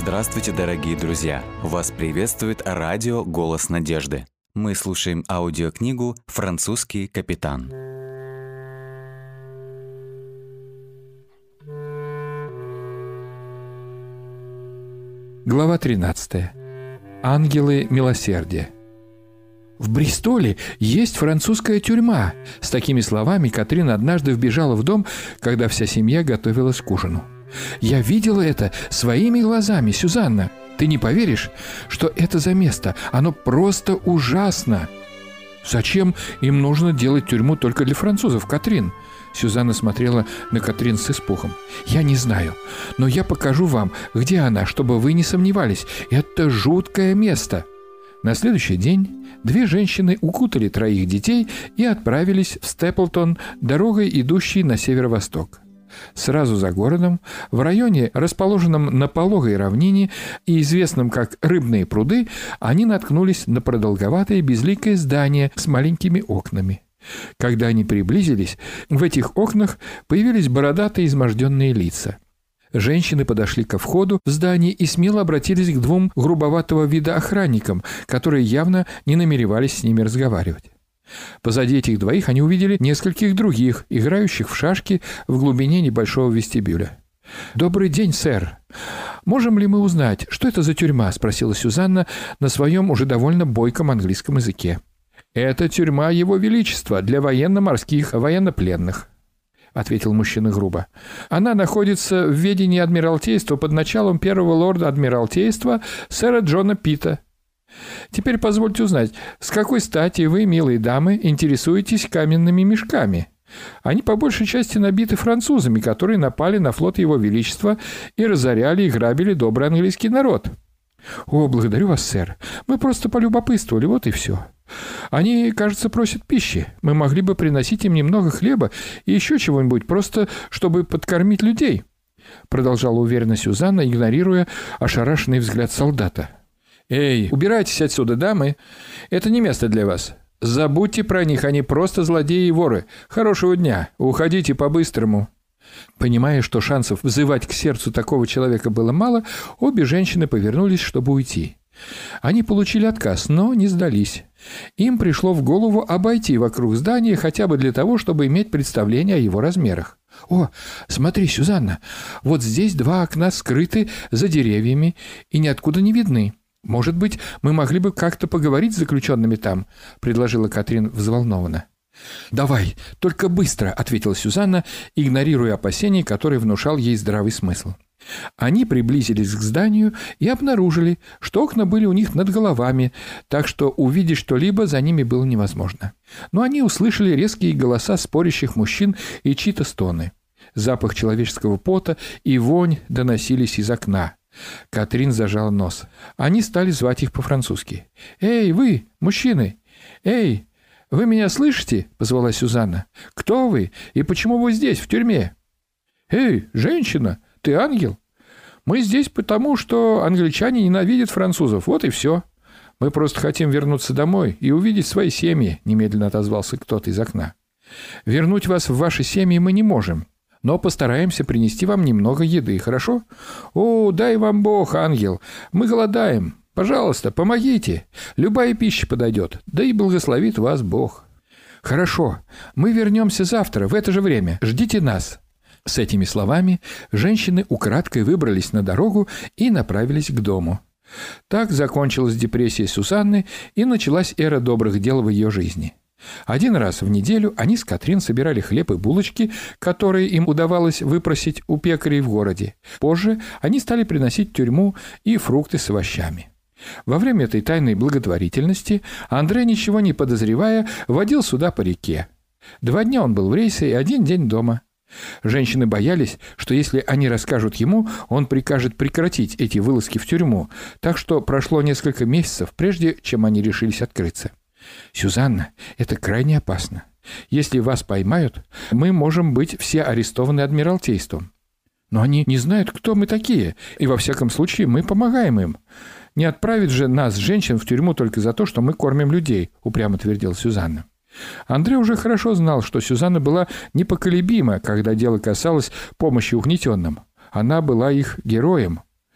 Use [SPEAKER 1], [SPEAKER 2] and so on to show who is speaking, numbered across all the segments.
[SPEAKER 1] Здравствуйте, дорогие друзья! Вас приветствует радио «Голос надежды». Мы слушаем аудиокнигу «Французский капитан».
[SPEAKER 2] Глава 13. Ангелы милосердия. В Бристоле есть французская тюрьма. С такими словами Катрин однажды вбежала в дом, когда вся семья готовилась к ужину. Я видела это своими глазами, Сюзанна. Ты не поверишь, что это за место? Оно просто ужасно. Зачем им нужно делать тюрьму только для французов, Катрин? Сюзанна смотрела на Катрин с испугом. Я не знаю, но я покажу вам, где она, чтобы вы не сомневались. Это жуткое место. На следующий день две женщины укутали 3 детей и отправились в Степлтон дорогой, идущей на северо-восток. Сразу за городом, в районе, расположенном на пологой равнине и известном как Рыбные пруды, они наткнулись на продолговатое безликое здание с маленькими окнами. Когда они приблизились, в этих окнах появились бородатые изможденные лица. Женщины подошли ко входу в здание и смело обратились к 2 грубоватого вида охранникам, которые явно не намеревались с ними разговаривать. Позади этих 2 они увидели нескольких других, играющих в шашки в глубине небольшого вестибюля. «Добрый день, сэр. Можем ли мы узнать, что это за тюрьма?» – спросила Сюзанна на своем уже довольно бойком английском языке. «Это тюрьма Его Величества для военно-морских военнопленных», – ответил мужчина грубо. «Она находится в ведении Адмиралтейства под началом первого лорда Адмиралтейства сэра Джона Питта. Теперь позвольте узнать, с какой стати вы, милые дамы, интересуетесь каменными мешками? Они по большей части набиты французами, которые напали на флот Его Величества и разоряли и грабили добрый английский народ». «О, благодарю вас, сэр. Мы просто полюбопытствовали, вот и все. Они, кажется, просят пищи. Мы могли бы приносить им немного хлеба и еще чего-нибудь, просто чтобы подкормить людей», продолжала уверенно Сюзанна, игнорируя ошарашенный взгляд солдата. «Эй, убирайтесь отсюда, дамы. Это не место для вас. Забудьте про них, они просто злодеи и воры. Хорошего дня. Уходите по-быстрому». Понимая, что шансов взывать к сердцу такого человека было мало, обе женщины повернулись, чтобы уйти. Они получили отказ, но не сдались. Им пришло в голову обойти вокруг здания хотя бы для того, чтобы иметь представление о его размерах. «О, смотри, Сюзанна, вот здесь 2 окна скрыты за деревьями и ниоткуда не видны. Может быть, мы могли бы как-то поговорить с заключенными там?» – предложила Катрин взволнованно. «Давай, только быстро», – ответила Сюзанна, игнорируя опасения, которые внушал ей здравый смысл. Они приблизились к зданию и обнаружили, что окна были у них над головами, так что увидеть что-либо за ними было невозможно. Но они услышали резкие голоса спорящих мужчин и чьи-то стоны. Запах человеческого пота и вонь доносились из окна. Катрин зажала нос. Они стали звать их по-французски. «Эй, вы, мужчины! Эй, вы меня слышите?» – позвала Сюзанна. «Кто вы и почему вы здесь, в тюрьме?» «Эй, женщина, ты ангел? Мы здесь потому, что англичане ненавидят французов, вот и все. Мы просто хотим вернуться домой и увидеть свои семьи», – немедленно отозвался кто-то из окна. «Вернуть вас в ваши семьи мы не можем, но постараемся принести вам немного еды, хорошо? О, дай вам Бог, ангел, мы голодаем. Пожалуйста, помогите. Любая пища подойдет, да и благословит вас Бог». «Хорошо, мы вернемся завтра в это же время. Ждите нас». С этими словами женщины украдкой выбрались на дорогу и направились к дому. Так закончилась депрессия Сюзанны и началась эра добрых дел в ее жизни. 1 раз в неделю они с Катрин собирали хлеб и булочки, которые им удавалось выпросить у пекарей в городе. Позже они стали приносить в тюрьму и фрукты с овощами. Во время этой тайной благотворительности Андре, ничего не подозревая, водил сюда по реке. 2 дня он был в рейсе и 1 день дома. Женщины боялись, что если они расскажут ему, он прикажет прекратить эти вылазки в тюрьму, так что прошло несколько месяцев, прежде чем они решились открыться. «Сюзанна, это крайне опасно. Если вас поймают, мы можем быть все арестованы Адмиралтейством. Но они не знают, кто мы такие, и во всяком случае мы помогаем им. Не отправят же нас, женщин, в тюрьму только за то, что мы кормим людей», — упрямо твердила Сюзанна. Андре уже хорошо знал, что Сюзанна была непоколебима, когда дело касалось помощи угнетенным. Она была их героем.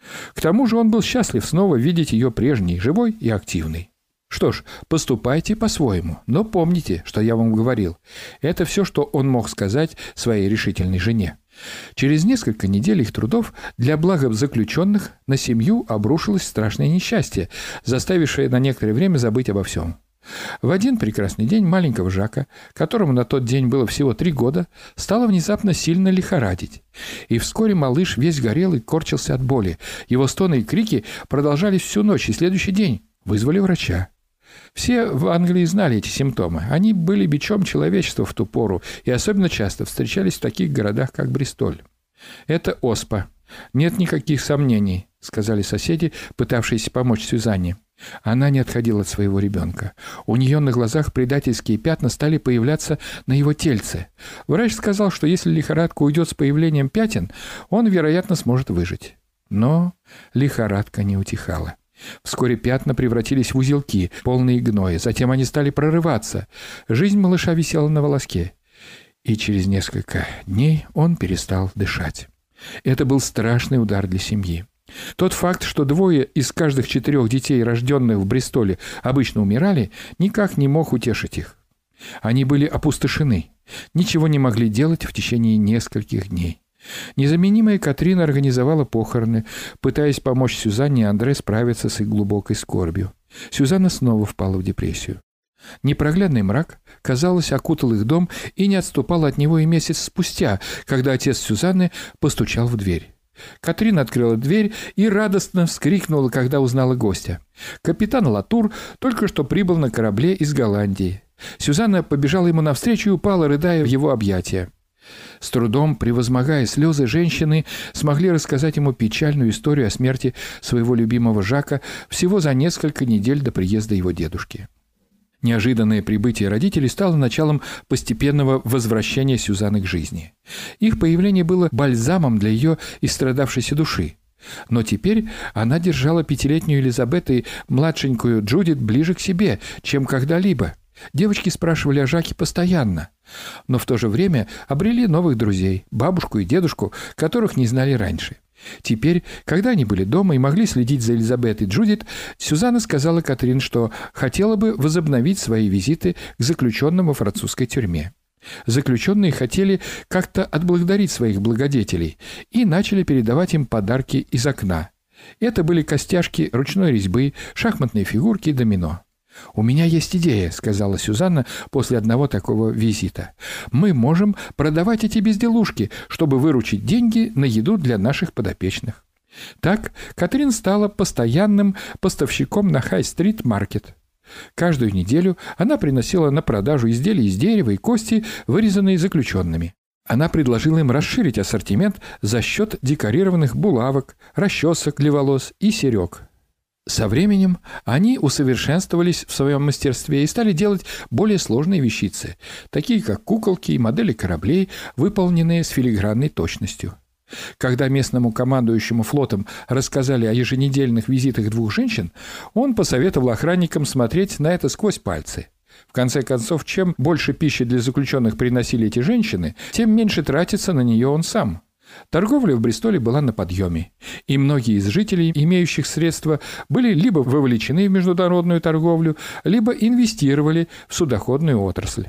[SPEAKER 2] К тому же он был счастлив снова видеть ее прежней, живой и активной. Что ж, поступайте по-своему, но помните, что я вам говорил. Это все, что он мог сказать своей решительной жене. Через несколько недель их трудов для блага заключенных на семью обрушилось страшное несчастье, заставившее на некоторое время забыть обо всем. В один прекрасный день маленького Жака, которому на тот день было всего 3 года, стало внезапно сильно лихорадить. И вскоре малыш весь горел и корчился от боли. Его стоны и крики продолжались всю ночь, и следующий день вызвали врача. Все в Англии знали эти симптомы. Они были бичом человечества в ту пору и особенно часто встречались в таких городах, как Бристоль. «Это оспа. Нет никаких сомнений», — сказали соседи, пытавшиеся помочь Сюзанне. Она не отходила от своего ребенка. У нее на глазах предательские пятна стали появляться на его тельце. Врач сказал, что если лихорадка уйдет с появлением пятен, он, вероятно, сможет выжить. Но лихорадка не утихала. Вскоре пятна превратились в узелки, полные гноя. Затем они стали прорываться. Жизнь малыша висела на волоске. И через несколько дней он перестал дышать. Это был страшный удар для семьи. Тот факт, что 2 из каждых 4 детей, рожденных в Бристоле, обычно умирали, никак не мог утешить их. Они были опустошены, ничего не могли делать в течение нескольких дней. Незаменимая Катрина организовала похороны, пытаясь помочь Сюзанне и Андре справиться с их глубокой скорбью. Сюзанна снова впала в депрессию. Непроглядный мрак, казалось, окутал их дом и не отступал от него и месяц спустя, когда отец Сюзанны постучал в дверь. Катрина открыла дверь и радостно вскрикнула, когда узнала гостя. Капитан Латур только что прибыл на корабле из Голландии. Сюзанна побежала ему навстречу и упала, рыдая в его объятия. С трудом, превозмогая слезы, женщины смогли рассказать ему печальную историю о смерти своего любимого Жака всего за несколько недель до приезда его дедушки. Неожиданное прибытие родителей стало началом постепенного возвращения Сюзанны к жизни. Их появление было бальзамом для ее истрадавшейся души. Но теперь она держала 5-летнюю Элизабет и младшенькую Джудит ближе к себе, чем когда-либо. Девочки спрашивали о Жаке постоянно, но в то же время обрели новых друзей, бабушку и дедушку, которых не знали раньше. Теперь, когда они были дома и могли следить за Элизабет и Джудит, Сюзанна сказала Катрин, что хотела бы возобновить свои визиты к заключенным во французской тюрьме. Заключенные хотели как-то отблагодарить своих благодетелей и начали передавать им подарки из окна. Это были костяшки ручной резьбы, шахматные фигурки и домино. «У меня есть идея», — сказала Сюзанна после одного такого визита. «Мы можем продавать эти безделушки, чтобы выручить деньги на еду для наших подопечных». Так Катрин стала постоянным поставщиком на Хай-стрит-маркет. Каждую неделю она приносила на продажу изделия из дерева и кости, вырезанные заключенными. Она предложила им расширить ассортимент за счет декорированных булавок, расчесок для волос и серег. Со временем они усовершенствовались в своем мастерстве и стали делать более сложные вещицы, такие как куколки и модели кораблей, выполненные с филигранной точностью. Когда местному командующему флотом рассказали о еженедельных визитах 2 женщин, он посоветовал охранникам смотреть на это сквозь пальцы. В конце концов, чем больше пищи для заключенных приносили эти женщины, тем меньше тратится на нее он сам. Торговля в Бристоле была на подъеме, и многие из жителей, имеющих средства, были либо вовлечены в международную торговлю, либо инвестировали в судоходную отрасль.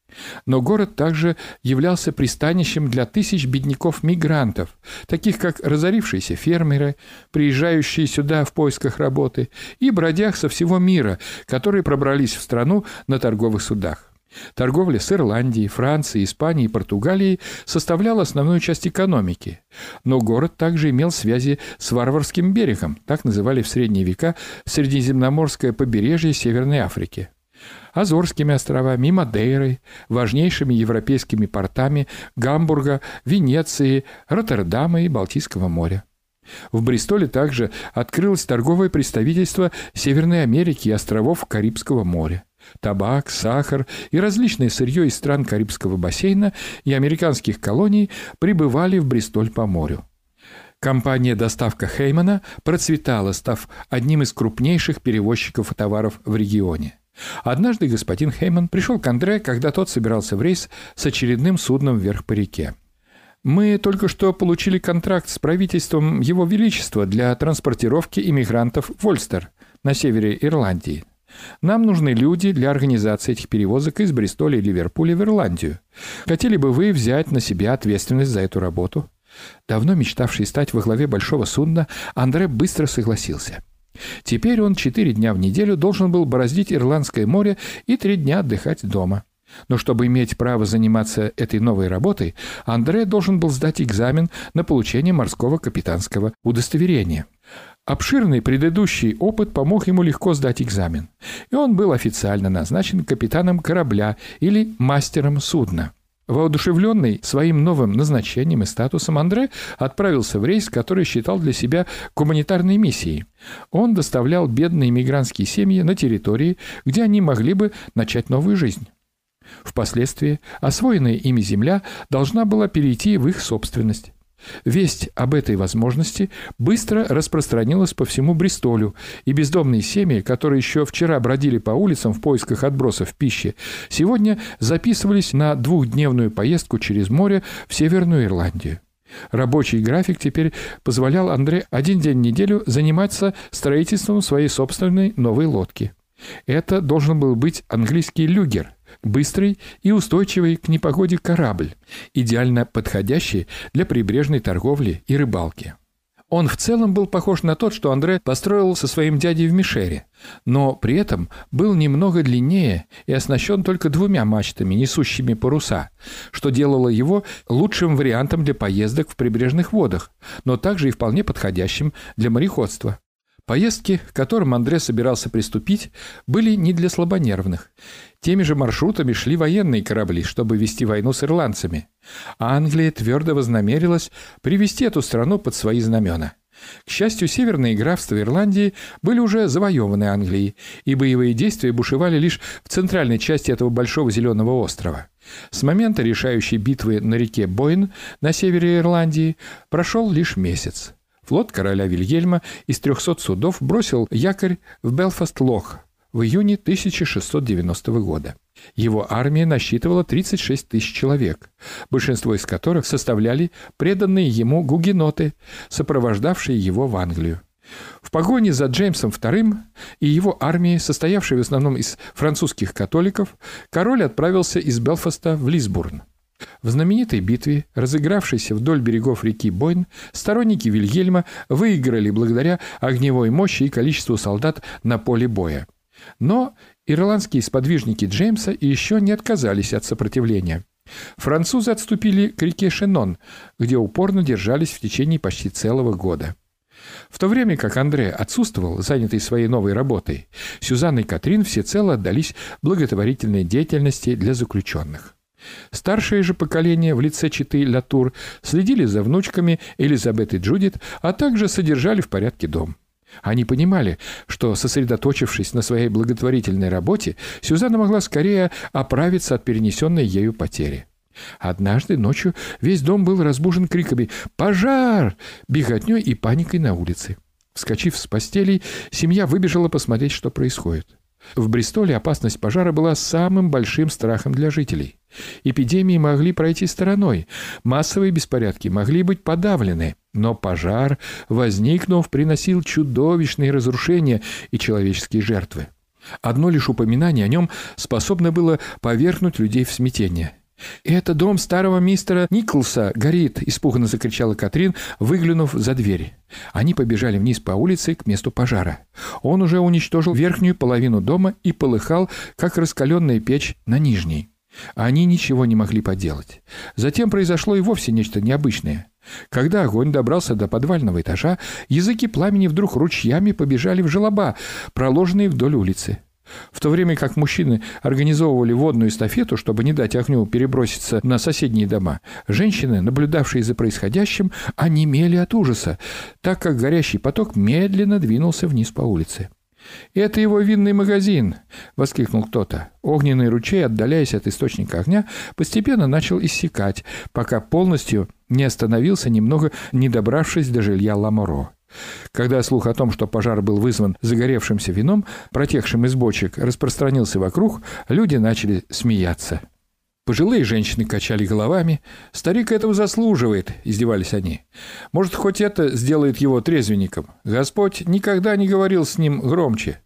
[SPEAKER 2] Но город также являлся пристанищем для тысяч бедняков-мигрантов, таких как разорившиеся фермеры, приезжающие сюда в поисках работы, и бродяг со всего мира, которые пробрались в страну на торговых судах. Торговля с Ирландией, Францией, Испанией и Португалией составляла основную часть экономики. Но город также имел связи с варварским берегом, так называли в средние века Средиземноморское побережье Северной Африки, Азорскими островами и Мадейрой, важнейшими европейскими портами Гамбурга, Венеции, Роттердама и Балтийского моря. В Бристоле также открылось торговое представительство Северной Америки и островов Карибского моря. Табак, сахар и различное сырье из стран Карибского бассейна и американских колоний прибывали в Бристоль по морю. Компания «Доставка Хеймана» процветала, став одним из крупнейших перевозчиков товаров в регионе. Однажды господин Хейман пришел к Андре, когда тот собирался в рейс с очередным судном вверх по реке. Мы только что получили контракт с правительством Его Величества для транспортировки иммигрантов в Ольстер на севере Ирландии. Нам нужны люди для организации этих перевозок из Бристоля и Ливерпуля в Ирландию. Хотели бы вы взять на себя ответственность за эту работу?» Давно мечтавший стать во главе большого судна, Андре быстро согласился. Теперь он 4 дня в неделю должен был бороздить Ирландское море и 3 дня отдыхать дома. Но чтобы иметь право заниматься этой новой работой, Андре должен был сдать экзамен на получение морского капитанского удостоверения. Обширный предыдущий опыт помог ему легко сдать экзамен, и он был официально назначен капитаном корабля или мастером судна. Воодушевленный своим новым назначением и статусом, Андре отправился в рейс, который считал для себя гуманитарной миссией. Он доставлял бедные мигрантские семьи на территории, где они могли бы начать новую жизнь. Впоследствии освоенная ими земля должна была перейти в их собственность. Весть об этой возможности быстро распространилась по всему Бристолю, и бездомные семьи, которые еще вчера бродили по улицам в поисках отбросов пищи, сегодня записывались на 2-дневную поездку через море в Северную Ирландию. Рабочий график теперь позволял Андре 1 день в неделю заниматься строительством своей собственной новой лодки. Это должен был быть английский люгер, быстрый и устойчивый к непогоде корабль, идеально подходящий для прибрежной торговли и рыбалки. Он в целом был похож на тот, что Андре построил со своим дядей в Мишере, но при этом был немного длиннее и оснащен только 2 мачтами, несущими паруса, что делало его лучшим вариантом для поездок в прибрежных водах, но также и вполне подходящим для мореходства. Поездки, к которым Андре собирался приступить, были не для слабонервных. Теми же маршрутами шли военные корабли, чтобы вести войну с ирландцами. А Англия твердо вознамерилась привести эту страну под свои знамена. К счастью, северные графства Ирландии были уже завоеваны Англией, и боевые действия бушевали лишь в центральной части этого большого зеленого острова. С момента решающей битвы на реке Бойн на севере Ирландии прошел лишь месяц. Флот короля Вильгельма из 300 судов бросил якорь в Белфаст-Лох в июне 1690 года. Его армия насчитывала 36 000 человек, большинство из которых составляли преданные ему гугеноты, сопровождавшие его в Англию. В погоне за Джеймсом II и его армией, состоявшей в основном из французских католиков, король отправился из Белфаста в Лисбурн. В знаменитой битве, разыгравшейся вдоль берегов реки Бойн, сторонники Вильгельма выиграли благодаря огневой мощи и количеству солдат на поле боя. Но ирландские сподвижники Джеймса еще не отказались от сопротивления. Французы отступили к реке Шенон, где упорно держались в течение почти целого года. В то время как Андре отсутствовал, занятый своей новой работой, Сюзанна и Катрин всецело отдались благотворительной деятельности для заключенных. Старшее же поколение в лице четы Латур следили за внучками Элизабет и Джудит, а также содержали в порядке дом. Они понимали, что, сосредоточившись на своей благотворительной работе, Сюзанна могла скорее оправиться от перенесенной ею потери. Однажды ночью весь дом был разбужен криками «Пожар!», беготней и паникой на улице. Вскочив с постелей, семья выбежала посмотреть, что происходит. В Бристоле опасность пожара была самым большим страхом для жителей. Эпидемии могли пройти стороной, массовые беспорядки могли быть подавлены, но пожар, возникнув, приносил чудовищные разрушения и человеческие жертвы. Одно лишь упоминание о нем способно было повергнуть людей в смятение. «Это дом старого мистера Николса горит!» — испуганно закричала Катрин, выглянув за дверь. Они побежали вниз по улице к месту пожара. Он уже уничтожил верхнюю половину дома и полыхал, как раскаленная печь на нижней. Они ничего не могли поделать. Затем произошло и вовсе нечто необычное. Когда огонь добрался до подвального этажа, языки пламени вдруг ручьями побежали в желоба, проложенные вдоль улицы. В то время как мужчины организовывали водную эстафету, чтобы не дать огню переброситься на соседние дома, женщины, наблюдавшие за происходящим, онемели от ужаса, так как горящий поток медленно двинулся вниз по улице. «Это его винный магазин!» — воскликнул кто-то. Огненный ручей, отдаляясь от источника огня, постепенно начал иссякать, пока полностью не остановился, немного не добравшись до жилья Ламоро. Когда слух о том, что пожар был вызван загоревшимся вином, протекшим из бочек, распространился вокруг, люди начали смеяться. Пожилые женщины качали головами. «Старик этого заслуживает», – издевались они. «Может, хоть это сделает его трезвенником? Господь никогда не говорил с ним громче».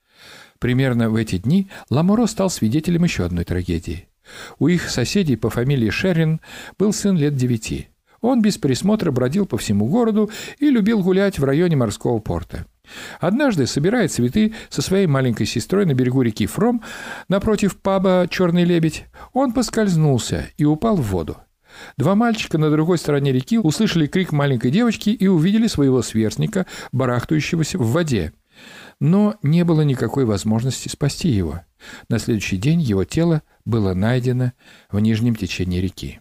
[SPEAKER 2] Примерно в эти дни Ламоро стал свидетелем еще одной трагедии. У их соседей по фамилии Шерин был сын лет 9. Он без присмотра бродил по всему городу и любил гулять в районе морского порта. Однажды, собирая цветы со своей маленькой сестрой на берегу реки Фром, напротив паба «Черный лебедь», он поскользнулся и упал в воду. Два мальчика на другой стороне реки услышали крик маленькой девочки и увидели своего сверстника, барахтающегося в воде. Но не было никакой возможности спасти его. На следующий день его тело было найдено в нижнем течении реки.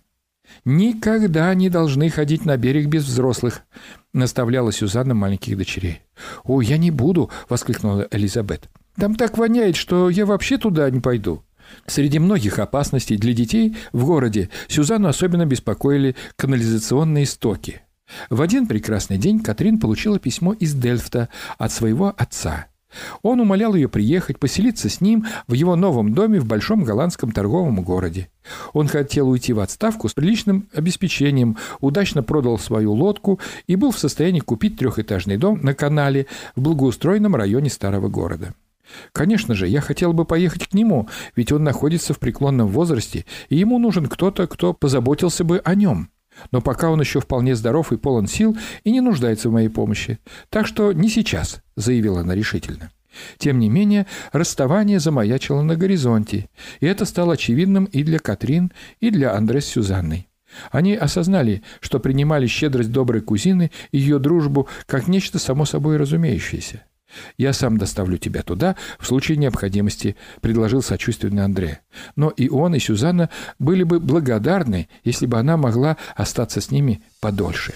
[SPEAKER 2] «Никогда не должны ходить на берег без взрослых», — наставляла Сюзанна маленьких дочерей. «Ой, я не буду», — воскликнула Элизабет. «Там так воняет, что я вообще туда не пойду». Среди многих опасностей для детей в городе Сюзанну особенно беспокоили канализационные стоки. В один прекрасный день Катрин получила письмо из Дельфта от своего отца. Он умолял ее приехать, поселиться с ним в его новом доме в большом голландском торговом городе. Он хотел уйти в отставку с приличным обеспечением, удачно продал свою лодку и был в состоянии купить трехэтажный дом на канале в благоустроенном районе старого города. Конечно же, я хотел бы поехать к нему, ведь он находится в преклонном возрасте, и ему нужен кто-то, кто позаботился бы о нем. Но пока он еще вполне здоров и полон сил и не нуждается в моей помощи. Так что не сейчас», — заявила она решительно. Тем не менее, расставание замаячило на горизонте, и это стало очевидным и для Катрин, и для Андре с Сюзанной. Они осознали, что принимали щедрость доброй кузины и ее дружбу как нечто само собой разумеющееся. «Я сам доставлю тебя туда в случае необходимости», — предложил сочувственный Андре. Но и он, и Сюзанна были бы благодарны, если бы она могла остаться с ними подольше.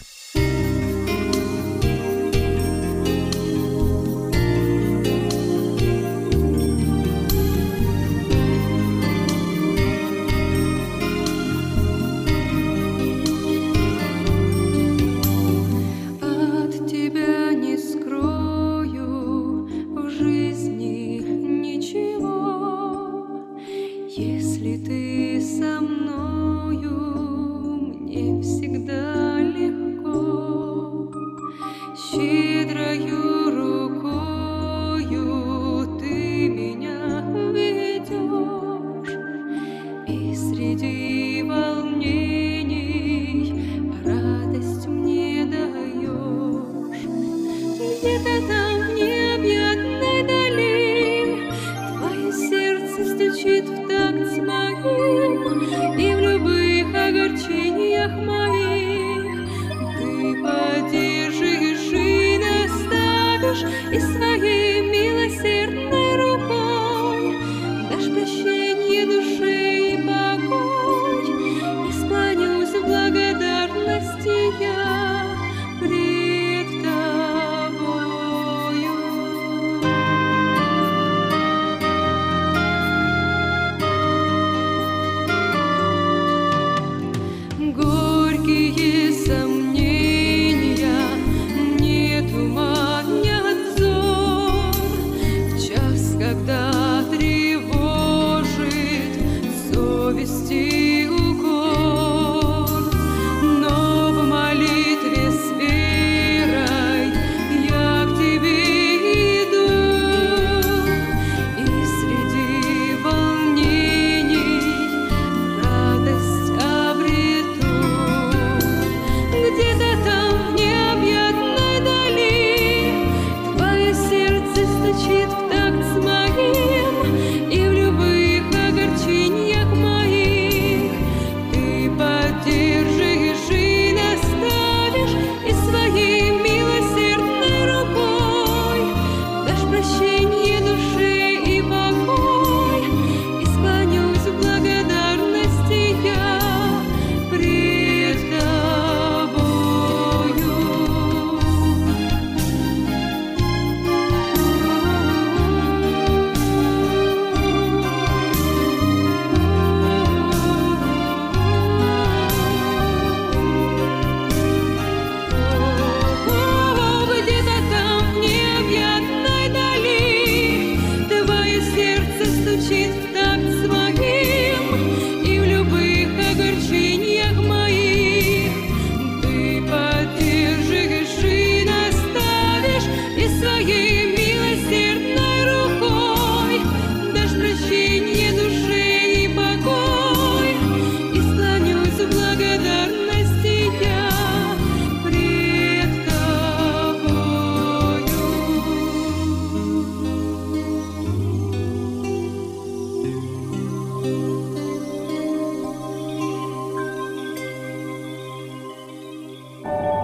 [SPEAKER 3] Если ты со мною, мне всегда легко, щедрою рукою ты меня ведешь, и среди волнений радость мне даешь. Где-то там в необъятной дали твое сердце стучит в такт с моим, и в любых огорчениях моих ты поддержишь и наставишь, и своей милосердной рукой дашь прощение душе и покой, и склонюсь в благодарности я пред тобою. Горькие сомнения мне туманят взор в час, когда тревожит совести укор. Но в молитве с верой я к тебе иду, и среди волнений радость обрету. Где-то там в необъятной дали твое сердце стучит в такт с моим, и в любых огорчениях моих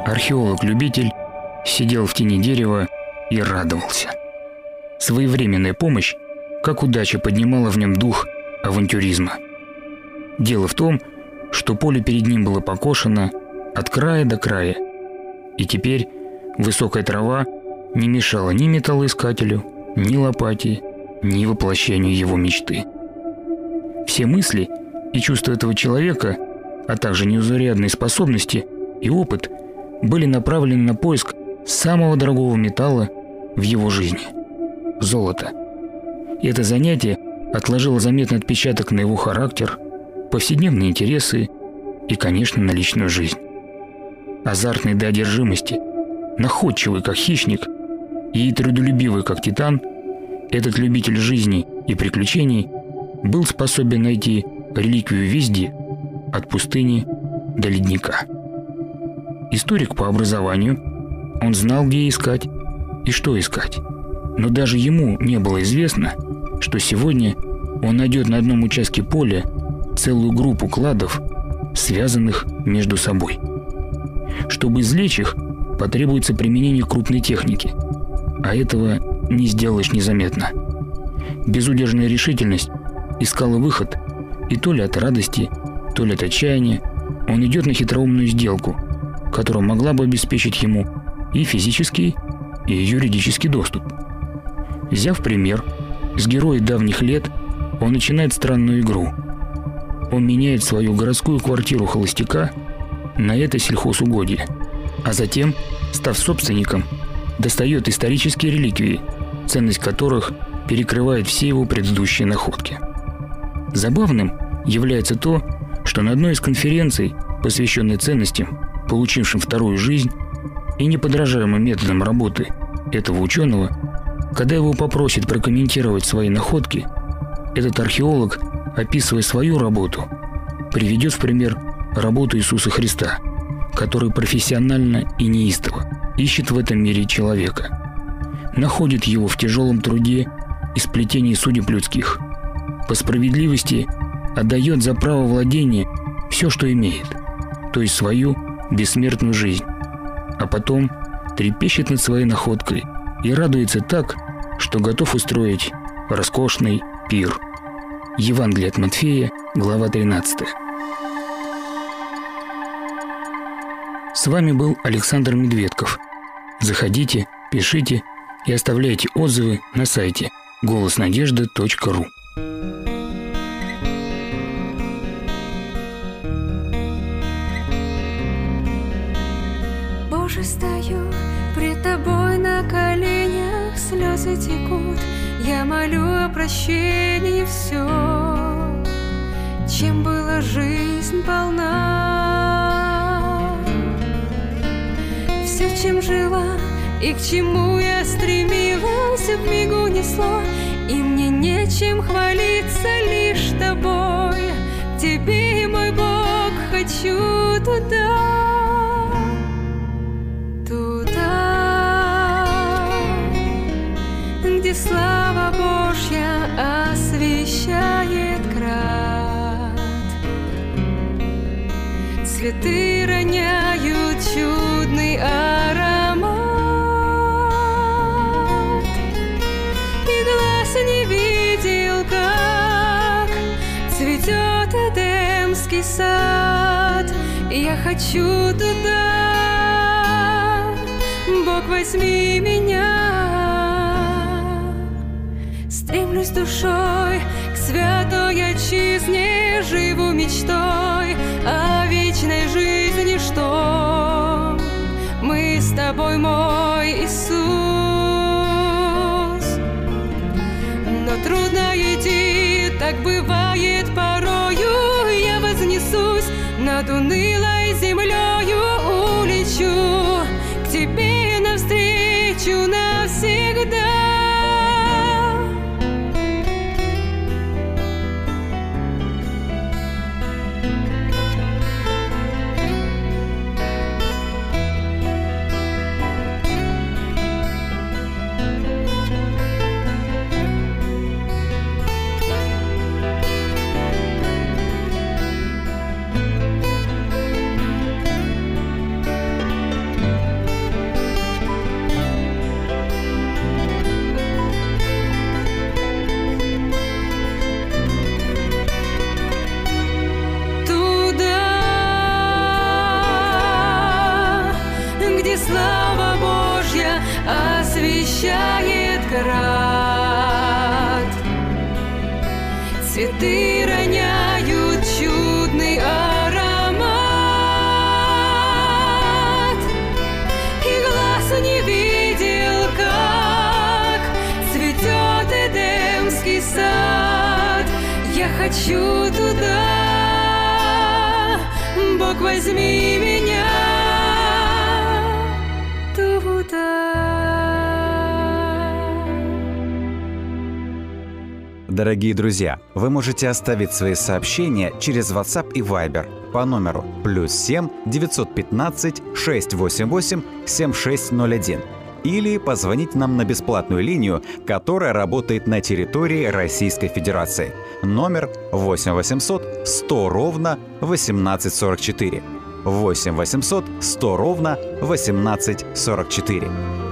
[SPEAKER 4] Археолог-любитель сидел в тени дерева и радовался. Своевременная помощь, как удача, поднимала в нем дух авантюризма. Дело в том, что поле перед ним было покошено от края до края, и теперь высокая трава не мешала ни металлоискателю, ни лопате, ни воплощению его мечты. Все мысли и чувства этого человека, а также неузурядные способности и опыт были направлены на поиск самого дорогого металла в его жизни – золота. И это занятие отложило заметный отпечаток на его характер, повседневные интересы и, конечно, на личную жизнь. Азартный до одержимости, находчивый как хищник и трудолюбивый как титан, этот любитель жизни и приключений был способен найти реликвию везде, от пустыни до ледника. Историк по образованию, он знал, где искать и что искать. Но даже ему не было известно, что сегодня он найдет на одном участке поля целую группу кладов, связанных между собой. Чтобы извлечь их, потребуется применение крупной техники, а этого не сделаешь незаметно. Безудержная решительность искала выход, и то ли от радости, то ли от отчаяния он идет на хитроумную сделку, которая могла бы обеспечить ему и физический, и юридический доступ. Взяв пример с героя давних лет, он начинает странную игру. Он меняет свою городскую квартиру холостяка на это сельхозугодье, а затем, став собственником, достает исторические реликвии, ценность которых перекрывает все его предыдущие находки. Забавным является то, что на одной из конференций, посвященной ценностям, получившим вторую жизнь, и неподражаемым методом работы этого ученого, когда его попросят прокомментировать свои находки, этот археолог, описывая свою работу, приведет в пример работу Иисуса Христа, который профессионально и неистово ищет в этом мире человека, находит его в тяжелом труде и сплетении судеб людских, по справедливости отдает за право владения все, что имеет, то есть свою бессмертную жизнь, а потом трепещет над своей находкой и радуется так, что готов устроить роскошный пир. Евангелие от Матфея, глава 13. С вами был Александр Медведков. Заходите, пишите и оставляйте отзывы на сайте голоснадежды.ру.
[SPEAKER 3] Боже, стою пред тобой на коленях, слезы текут, я молю о прощении все, чем была жизнь полна. Все, чем жила и к чему я стремилась, вмигу несло, и мне нечем хвалиться, лишь тобой. К тебе, мой Бог, хочу туда, где слава Божья освещает град. Цветы роняют чудный аромат, и глаз не видел, как цветет Эдемский сад. Я хочу туда, Бог, возьми меня. Стремлюсь душой к святой отчизне, живу мечтой о вечной жизни, что мы с тобой, мой Иисус. Но трудно идти, так бывает порою, я вознесусь над унылой землею, улечу к тебе навстречу навсегда. встречает град. Цветы роняют чудный аромат, и глаз не видел, как цветет Эдемский сад. Я хочу туда, Бог, возьми меня туда.
[SPEAKER 1] Дорогие друзья, вы можете оставить свои сообщения через WhatsApp и Viber по номеру +7 915 688 7601 или позвонить нам на бесплатную линию, которая работает на территории Российской Федерации. Номер 8 800 100 ровно 1844. 8 800 100 ровно 1844.